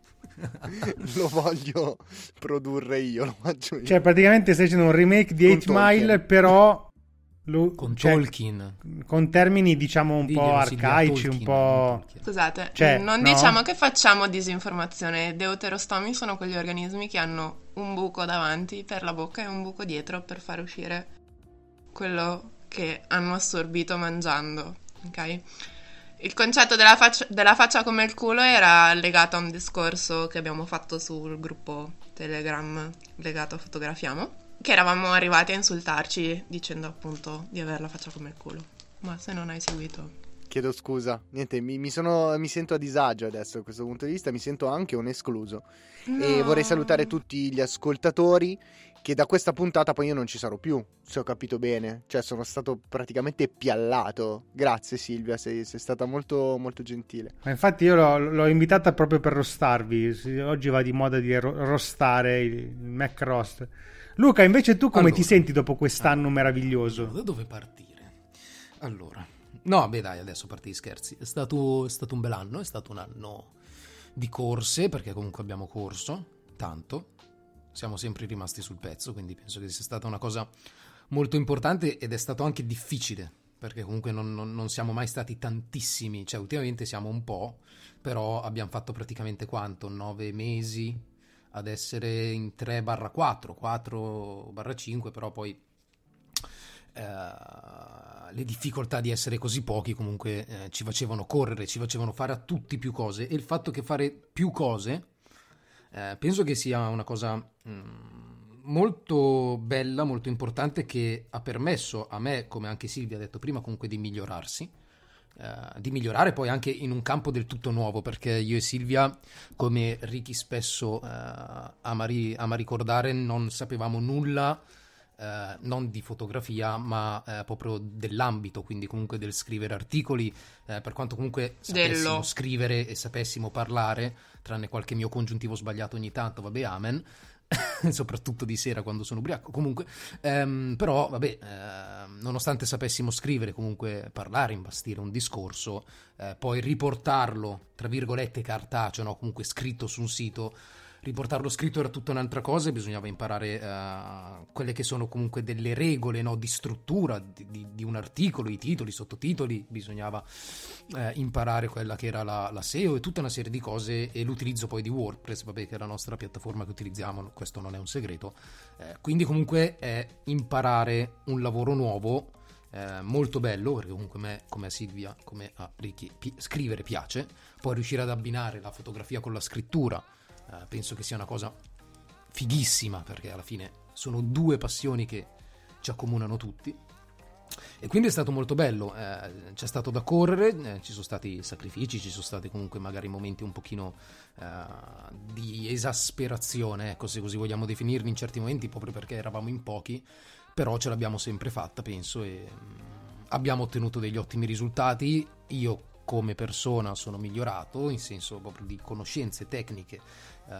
Lo voglio produrre io, lo faccio io. Cioè, praticamente stai facendo un remake di Con eight Mile, Tolkien. però lo- Con cioè, Tolkien. con termini diciamo un Diglielo, po' Silvia, arcaici, Tolkien, un po'... Tolkien. Scusate, Cioè, non no? diciamo che facciamo disinformazione. Deuterostomi sono quegli organismi che hanno un buco davanti per la bocca e un buco dietro per far uscire quello che hanno assorbito mangiando, ok? Il concetto della faccia, della faccia come il culo era legato a un discorso che abbiamo fatto sul gruppo Telegram legato a Fotografiamo, che eravamo arrivati a insultarci dicendo appunto di avere la faccia come il culo. Ma se non hai seguito... Chiedo scusa, niente, mi, mi sono, mi sento a disagio adesso da questo punto di vista, mi sento anche un escluso. E No. vorrei salutare tutti gli ascoltatori, che da questa puntata poi io non ci sarò più, se ho capito bene. Cioè sono stato praticamente piallato. Grazie Silvia, sei, sei stata molto molto gentile. Ma infatti io l'ho, l'ho invitata proprio per rostarvi. Sì, oggi va di moda di ro- rostare il, il Mac Roast. Luca, invece tu come Allora. ti senti dopo quest'anno meraviglioso? Da dove partire? Allora, no, beh dai, adesso a parte gli scherzi. È stato, è stato un bel anno, è stato un anno di corse, perché comunque abbiamo corso tanto. Siamo sempre rimasti sul pezzo, quindi penso che sia stata una cosa molto importante ed è stato anche difficile perché comunque non, non, non siamo mai stati tantissimi, cioè ultimamente siamo un po', però abbiamo fatto praticamente quanto? nove mesi ad essere in tre barra quattro, quattro barra cinque, però poi eh, le difficoltà di essere così pochi comunque eh, ci facevano correre, ci facevano fare a tutti più cose, e il fatto che fare più cose eh, penso che sia una cosa mh, molto bella, molto importante, che ha permesso a me, come anche Silvia ha detto prima, comunque di migliorarsi, eh, di migliorare poi anche in un campo del tutto nuovo, perché io e Silvia, come Ricky spesso eh, ama, ri- ama ricordare, non sapevamo nulla, eh, non di fotografia, ma eh, proprio dell'ambito, quindi comunque del scrivere articoli, eh, per quanto comunque sapessimo Dello. scrivere e sapessimo parlare, tranne qualche mio congiuntivo sbagliato ogni tanto, vabbè, amen, soprattutto di sera quando sono ubriaco, comunque ehm, però vabbè, ehm, nonostante sapessimo scrivere, comunque parlare, imbastire un discorso, eh, poi riportarlo tra virgolette cartaceo, no? Comunque scritto su un sito, riportarlo scritto era tutta un'altra cosa, e bisognava imparare eh, quelle che sono comunque delle regole, no? Di struttura di, di, di un articolo, i titoli, i sottotitoli, bisognava eh, imparare quella che era la, la S E O e tutta una serie di cose, e l'utilizzo poi di WordPress, vabbè, che è la nostra piattaforma che utilizziamo, questo non è un segreto, eh, quindi comunque è imparare un lavoro nuovo, eh, molto bello, perché comunque a me, come a Silvia, come a Ricky, pi- scrivere piace, poi riuscire ad abbinare la fotografia con la scrittura, Uh, penso che sia una cosa fighissima, perché alla fine sono due passioni che ci accomunano tutti, e quindi è stato molto bello. Eh, c'è stato da correre, eh, ci sono stati sacrifici, ci sono stati comunque magari momenti un pochino uh, di esasperazione, ecco, se così vogliamo definirli, in certi momenti, proprio perché eravamo in pochi, però ce l'abbiamo sempre fatta, penso, e um, abbiamo ottenuto degli ottimi risultati. Io come persona sono migliorato, in senso proprio di conoscenze tecniche eh,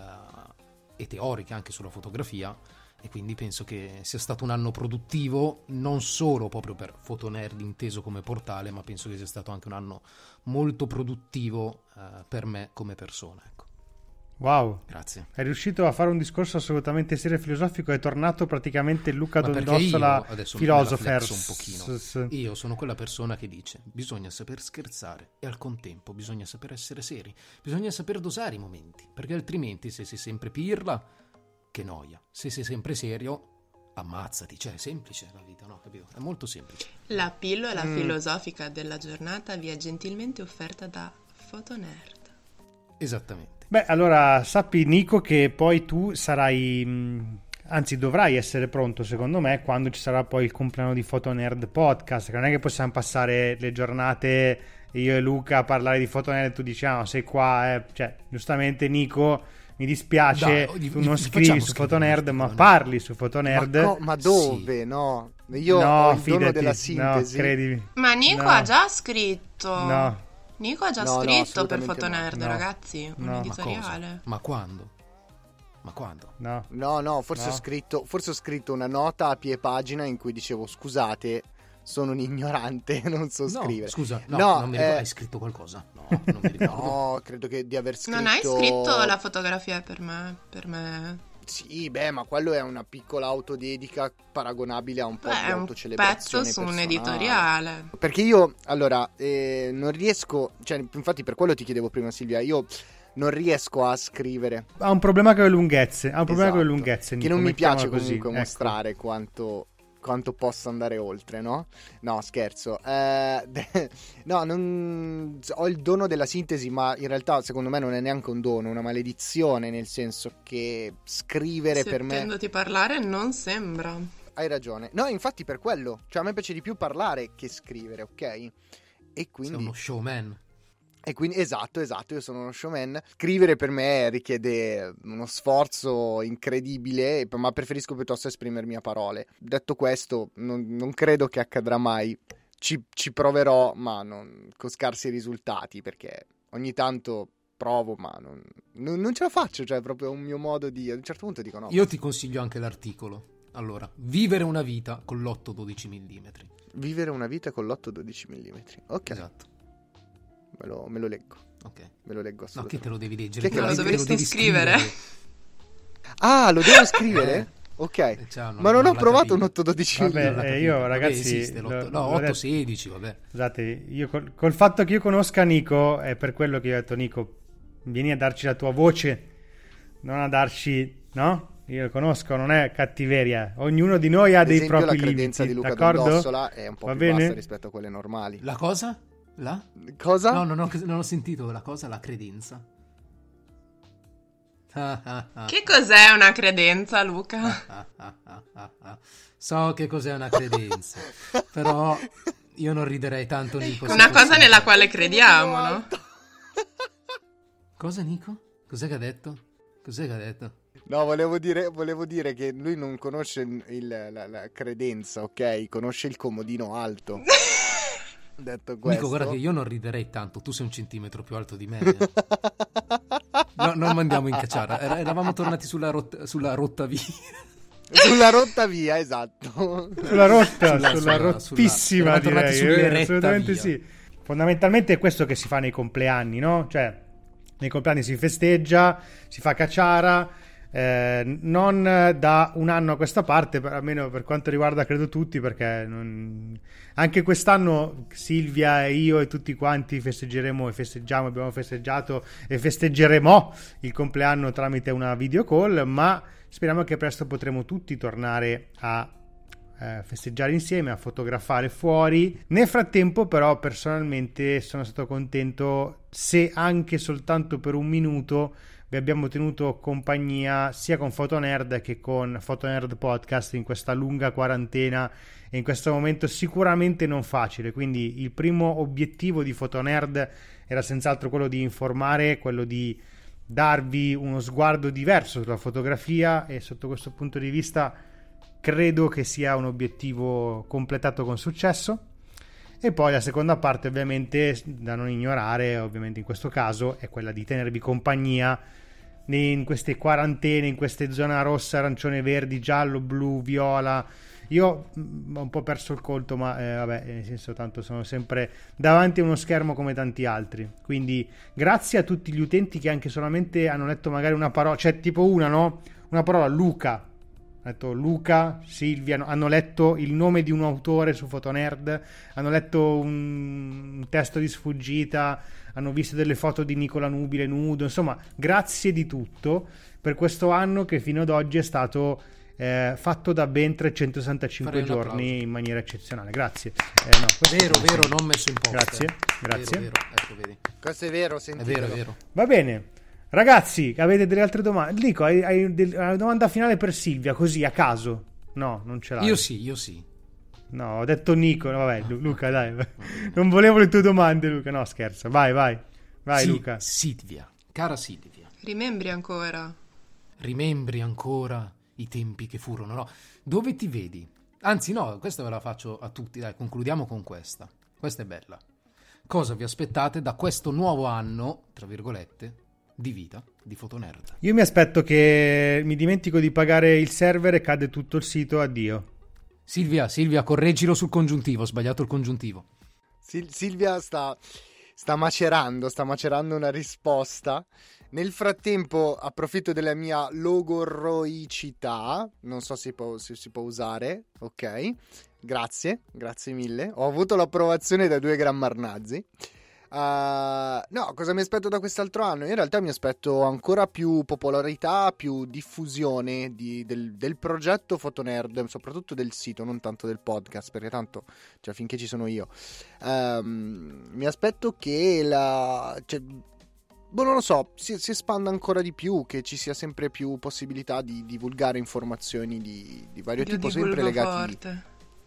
e teoriche anche sulla fotografia, e quindi penso che sia stato un anno produttivo, non solo proprio per Fotonerd inteso come portale, ma penso che sia stato anche un anno molto produttivo eh, per me come persona, ecco. Wow, grazie. È riuscito a fare un discorso assolutamente serio e filosofico. È tornato praticamente Luca Ma perché io Dondossola, adesso Philosopher. un pochino. Io sono quella persona che dice: bisogna saper scherzare e al contempo bisogna saper essere seri, bisogna saper dosare i momenti, perché altrimenti, se sei sempre pirla, che noia. Se sei sempre serio, ammazzati. Cioè, è semplice la vita, no? Capito? È molto semplice. La pillola Mm. filosofica della giornata vi è gentilmente offerta da Fotonerd. Esattamente. Beh, allora sappi, Nico, che poi tu sarai, mh, anzi dovrai essere pronto, secondo me, quando ci sarà poi il compleanno di Fotonerd Podcast, che non è che possiamo passare le giornate io e Luca a parlare di Fotonerd e tu dici, ah, sei qua, eh. Cioè, giustamente, Nico, mi dispiace, Dai, gli- tu gli- non gli scrivi facciamo su scrivere Fotonerd, un ma articolo, parli su Fotonerd. Ma, co- ma dove? Sì. No, io No, ho il fidati, dono della no, sintesi. credimi. Ma Nico No. ha già scritto. No. Nico ha già No, no, scritto per assolutamente Fotonerd, no. ragazzi, un No. Ma Ma editoriale. cosa? Ma quando? Ma quando? No. No, no, forse No. ho scritto, forse ho scritto una nota a pie pagina in cui dicevo: scusate, sono un ignorante, non so No, scrivere. scusa, no, No, non mi ricordo. eh, Hai scritto qualcosa? No, non mi ricordo. No, credo che di aver scritto. Non hai scritto la fotografia per me? Per me? Sì, beh, ma quello è una piccola autodedica paragonabile a un po' Beh, di è un autocelebrazione pezzo su un personale. editoriale. Perché io, allora, eh, non riesco, cioè, infatti per quello ti chiedevo prima, Silvia, io non riesco a scrivere. Ha un problema con le lunghezze, ha un problema con le Esatto. lunghezze, Che Nico, non mi mettiamola piace così, comunque ecco. mostrare quanto, quanto posso andare oltre, no? No, scherzo. Eh, de- no, non, ho il dono della sintesi, ma in realtà secondo me non è neanche un dono, una maledizione, nel senso che scrivere per me... Sentendoti parlare non sembra. Hai ragione. No, infatti per quello. Cioè a me piace di più parlare che scrivere, ok? E Sei quindi... uno showman. E quindi, esatto, esatto, io sono uno showman. Scrivere per me richiede uno sforzo incredibile, ma preferisco piuttosto esprimermi a parole. Detto questo, non, non credo che accadrà mai. Ci, ci proverò, ma non, con scarsi risultati, perché ogni tanto provo, ma non, non, non ce la faccio. Cioè, è proprio un mio modo di... Ad un certo punto dico no. Io ti consiglio anche l'articolo. Allora, vivere una vita con l'otto dodici millimetri. Vivere una vita con l'otto dodici millimetri. Ok, Esatto. me lo, me lo leggo. Ok. Me lo leggo No, che assolutamente. te lo devi leggere? Che- che te lo devi- te dovresti devi scrivere. Ah, lo devo scrivere? Ok, Cioè, non- ma non, non ho l'ha provato capito. un otto dodici Vabbè, mm. eh, io Vabbè, ragazzi esiste lo- l'otto- l'ho no, detto- otto sedici, vabbè. Scusate, io col, col fatto che io conosca Nico, è per quello che io ho detto, Nico, vieni a darci la tua voce, non a darci, no? Io lo conosco, non è cattiveria. Ognuno di noi ha Ad dei esempio, propri la credenza limiti, di Luca d'accordo? Dondossola è un po' Va più bene? bassa rispetto a quelle normali. La cosa? La? Cosa? No, non ho, non ho sentito la cosa, la credenza. Ah, ah, ah. Che cos'è una credenza, Luca? Ah, ah, ah, ah, ah. So che cos'è una credenza, però io non riderei tanto, Nico. se Una fossi cosa in nella te. quale crediamo, no? Cosa, Nico? Cos'è che ha detto? Cos'è che ha detto? No, volevo dire, volevo dire che lui non conosce il- la, la credenza, ok? Conosce il comodino alto. Detto questo, Nico, guarda che io non riderei tanto, tu sei un centimetro più alto di me. eh. No, non mandiamo in cacciara, Era- eravamo tornati sulla rotta, sulla rotta via. sulla rotta via, esatto. Sulla rotta, sulla, Sulla- sulla- rottissima, sulla- eravamo tornati direi. sulle eh, retta assolutamente via. sì. Fondamentalmente è questo che si fa nei compleanni, no? Cioè, nei compleanni si festeggia, si fa cacciara, eh, non da un anno a questa parte, per- almeno per quanto riguarda credo tutti, perché non- anche quest'anno Silvia e io e tutti quanti festeggeremo e festeggiamo, abbiamo festeggiato e festeggeremo il compleanno tramite una video call, ma speriamo che presto potremo tutti tornare a eh, festeggiare insieme, a fotografare fuori. Nel frattempo però personalmente sono stato contento se anche soltanto per un minuto vi abbiamo tenuto compagnia sia con Fotonerd che con Fotonerd Podcast in questa lunga quarantena e in questo momento sicuramente non facile. Quindi il primo obiettivo di Fotonerd era senz'altro quello di informare, quello di darvi uno sguardo diverso sulla fotografia, e sotto questo punto di vista credo che sia un obiettivo completato con successo. E poi la seconda parte, ovviamente da non ignorare, ovviamente in questo caso, è quella di tenervi compagnia in queste quarantene, in queste zone rossa, arancione, verdi, giallo, blu, viola. Io mh, ho un po' perso il colto, ma eh, vabbè, nel senso, tanto sono sempre davanti a uno schermo come tanti altri. Quindi grazie a tutti gli utenti che anche solamente hanno letto magari una parola, cioè tipo una, no? Una parola, Luca. Ha detto Luca, Silvia, no? Hanno letto il nome di un autore su Fotonerd, hanno letto un, un testo di sfuggita, hanno visto delle foto di Nicola Nubile nudo. Insomma, grazie di tutto per questo anno che fino ad oggi è stato eh, fatto da ben trecentosessantacinque Farei un giorni applauso. in maniera eccezionale. Grazie. Eh, no, questo- Vero, vero, non messo in posto. Grazie, eh. grazie. Vero, vero, ecco, vedi. Questo è vero, È sentitelo. vero, è vero. Va bene. Ragazzi, avete delle altre domande? Dico, hai, hai del- una domanda finale per Silvia, così a caso? No, non ce l'hai. Io sì, io sì. No, ho detto Nico. No, vabbè, Lu- Luca, dai. Non volevo le tue domande, Luca. No, scherzo. Vai, vai. Vai, Sì, Luca. Silvia, cara Silvia, Rimembri ancora? rimembri ancora i tempi che furono, no? Dove ti vedi? Anzi, no, questa ve la faccio a tutti, dai, concludiamo con questa. Questa è bella. Cosa vi aspettate da questo nuovo anno, tra virgolette, di vita di Fotonerd? Io mi aspetto che mi dimentico di pagare il server e cade tutto il sito. Addio. Silvia, Silvia, correggilo sul congiuntivo, ho sbagliato il congiuntivo. Sil- Silvia sta, sta macerando, sta macerando una risposta. Nel frattempo approfitto della mia logorroicità, non so se, può, se si può usare, ok? Grazie, grazie mille. Ho avuto l'approvazione da due grammarnazzi. Uh, no, cosa mi aspetto da quest'altro anno? In realtà mi aspetto ancora più popolarità, più diffusione di, del, del progetto Fotonerd, soprattutto del sito, non tanto del podcast, perché tanto, cioè, finché ci sono io. Um, mi aspetto che la... Cioè, boh, non lo so, si, si espanda ancora di più, che ci sia sempre più possibilità di divulgare informazioni di, di vario Io tipo, sempre divulgo legati... forte.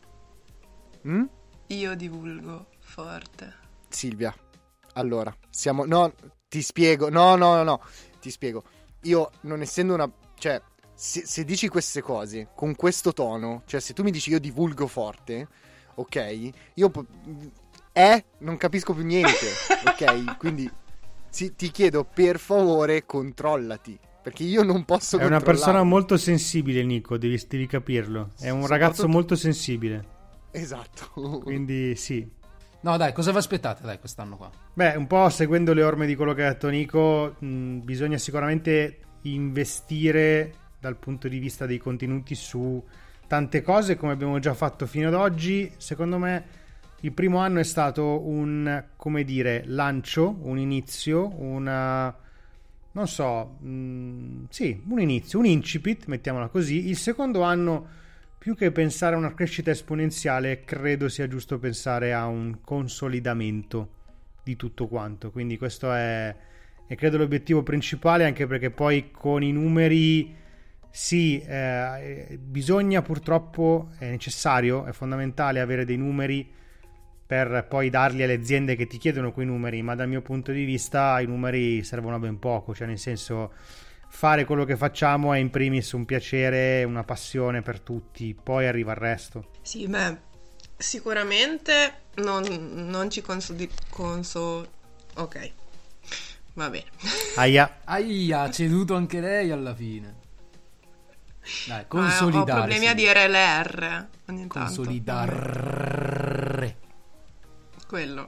Mm? Io divulgo forte. Silvia, allora, siamo... No, ti spiego, no, no, no, no, ti spiego. Io, non essendo una... Cioè, se, se dici queste cose, con questo tono, cioè se tu mi dici io divulgo forte, ok? Io... po- Eh? Non capisco più niente, ok? Quindi sì, ti chiedo, per favore, controllati. Perché io non posso È una controllarmi. persona molto sensibile, Nico, devi, devi capirlo. È un Soprattutto- ragazzo molto sensibile. Esatto. Quindi sì. No, dai, cosa vi aspettate, dai, quest'anno qua? Beh, un po' seguendo le orme di quello che ha detto Nico, mh, bisogna sicuramente investire dal punto di vista dei contenuti su tante cose, come abbiamo già fatto fino ad oggi. Secondo me il primo anno è stato un, come dire, lancio, un inizio, una, non so, mh, sì, un inizio, un incipit, mettiamola così. Il secondo anno, più che pensare a una crescita esponenziale, credo sia giusto pensare a un consolidamento di tutto quanto. Quindi questo è, è credo l'obiettivo principale, anche perché poi con i numeri sì, eh, bisogna purtroppo, è necessario, è fondamentale avere dei numeri per poi darli alle aziende che ti chiedono quei numeri, ma dal mio punto di vista i numeri servono a ben poco, cioè nel senso, fare quello che facciamo è in primis un piacere, una passione per tutti, poi arriva il resto. Sì, beh, sicuramente non, non ci consoli... Conso... Ok, va bene. Aia. Aia, ha ceduto anche lei alla fine. Dai, consolidare. Ho problemi sì. a dire le R ogni tanto. Consolidare. Quello.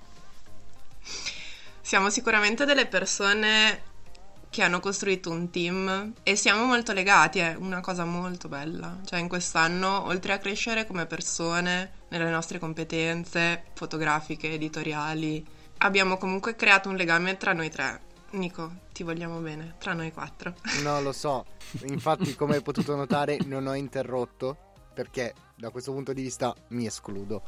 Siamo sicuramente delle persone che hanno costruito un team e siamo molto legati, è una cosa molto bella. Cioè in quest'anno, oltre a crescere come persone nelle nostre competenze fotografiche, editoriali, abbiamo comunque creato un legame tra noi tre. Nico, ti vogliamo bene, tra noi quattro. No, lo so, infatti come hai potuto notare non ho interrotto, perché da questo punto di vista mi escludo.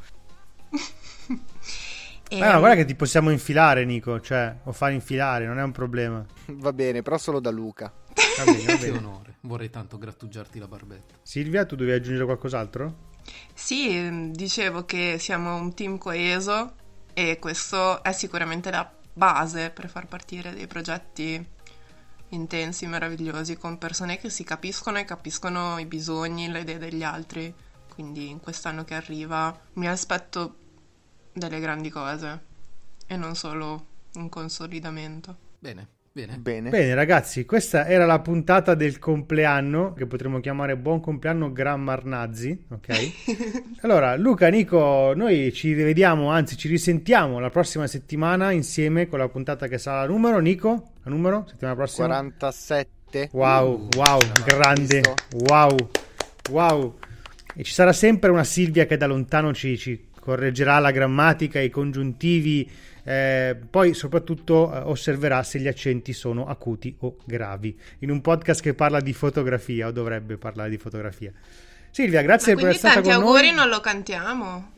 E... Beh, no, guarda che ti possiamo infilare, Nico, cioè, o fare infilare, non è un problema. Va bene, però solo da Luca. Va bene, va Che bene. onore, vorrei tanto grattugiarti la barbetta. Silvia, tu devi aggiungere qualcos'altro? Sì, dicevo che siamo un team coeso e questo è sicuramente la base per far partire dei progetti intensi, meravigliosi, con persone che si capiscono e capiscono i bisogni, le idee degli altri. Quindi in quest'anno che arriva mi aspetto delle grandi cose e non solo un consolidamento. Bene, bene. Bene. Bene ragazzi, questa era la puntata del compleanno, che potremmo chiamare buon compleanno Gran Marnazzi, ok? Allora, Luca, Nico, noi ci rivediamo, anzi ci risentiamo la prossima settimana insieme con la puntata che sarà la numero, Nico, la numero, settimana prossima? quarantasette. Wow, wow, grande, visto? wow, wow. E ci sarà sempre una Silvia che da lontano ci, ci correggerà la grammatica, i congiuntivi, eh, poi soprattutto eh, osserverà se gli accenti sono acuti o gravi, in un podcast che parla di fotografia, o dovrebbe parlare di fotografia. Silvia, grazie Ma per essere quindi stata tanti con auguri noi. non lo cantiamo?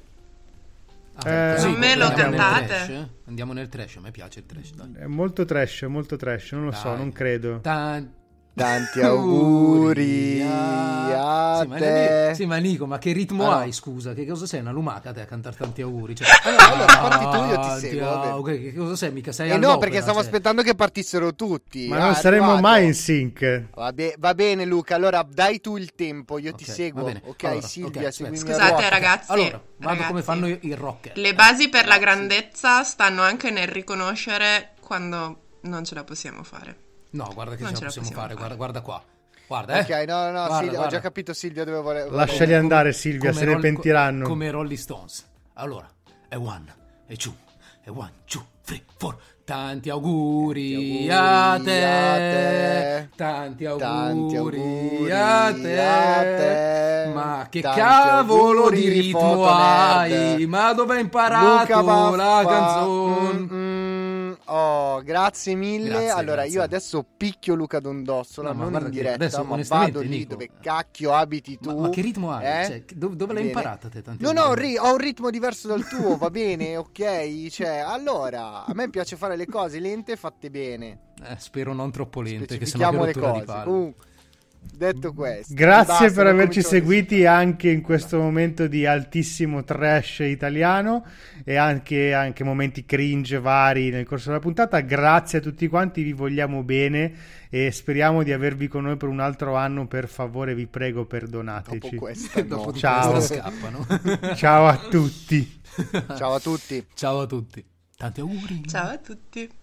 Eh, Non me lo andiamo nel cantate? trash, eh? Andiamo nel trash, a me piace il trash, dai. È molto trash, molto trash, non lo so, Dai. non credo. Ta- Tanti auguri a sì, ma te. Sì, ma Nico, ma che ritmo Ah, no. hai, scusa? Che cosa sei, una lumaca te a cantare tanti auguri? Cioè, Allora, allora parti tu, io ti tanti seguo, vabbè. auguri, che cosa sei? Mica sei Eh no, all'opera, perché stavo cioè. aspettando che partissero tutti. Ma Ah, non è saremo arrivato. mai in sync. Va, be- va bene Luca, allora dai tu il tempo, io ti Ok, seguo. va bene. Ok, Allora, Silvia, ok, seguimi aspetta. a Scusate ruota. ragazzi, Allora, guarda ragazzi, come fanno i, i rocker. le basi per la grandezza stanno anche nel riconoscere quando non ce la possiamo fare. No, guarda che Non ce ce la la possiamo possiamo fare, fare. guarda, guarda qua. Guarda, eh. Ok, no, no, no, Guarda, Silvia, ho guarda. già capito Silvia dove vuole. Lasciali vuole- andare Silvia, Come se ne Roll- pentiranno. Come Rolling Stones. Allora, è one, è two, è one, two, three, four. Tanti auguri, Tanti auguri a, te. a te. Tanti auguri, Tanti auguri a, te. a te. Ma che Tanti cavolo auguri, di ritmo Fotonerd. hai? Ma dove hai imparato Luca Vaffa. la canzone? Mm, mm, oh, grazie mille. Grazie, allora, grazie. io adesso picchio Luca Dondossola, No, ma non guarda in che diretta, adesso, ma onestamente, vado lì Nico, dove cacchio abiti tu. Ma, ma che ritmo hai? Eh? Cioè, dove, dove l'hai Bene. imparata te? Tanti Non ho un, auguri? ri- ho un ritmo diverso dal tuo, va bene, ok? Cioè, allora, a me piace fare le cose lente fatte bene. Eh, spero non troppo lente, che sennò Specifichiamo che le rottura di cose. palle. Comunque, detto questo, Grazie basta, per non averci cominciamo a seguiti anche in questo momento di altissimo trash italiano e anche, anche momenti cringe vari nel corso della puntata. Grazie a tutti quanti, vi vogliamo bene e speriamo di avervi con noi per un altro anno. Per favore, vi prego, Dopo perdonateci. questa, Dopo no. di Ciao. questa scappano. Ciao a tutti. Ciao a tutti. Ciao a tutti. Tanti auguri. Ciao a tutti.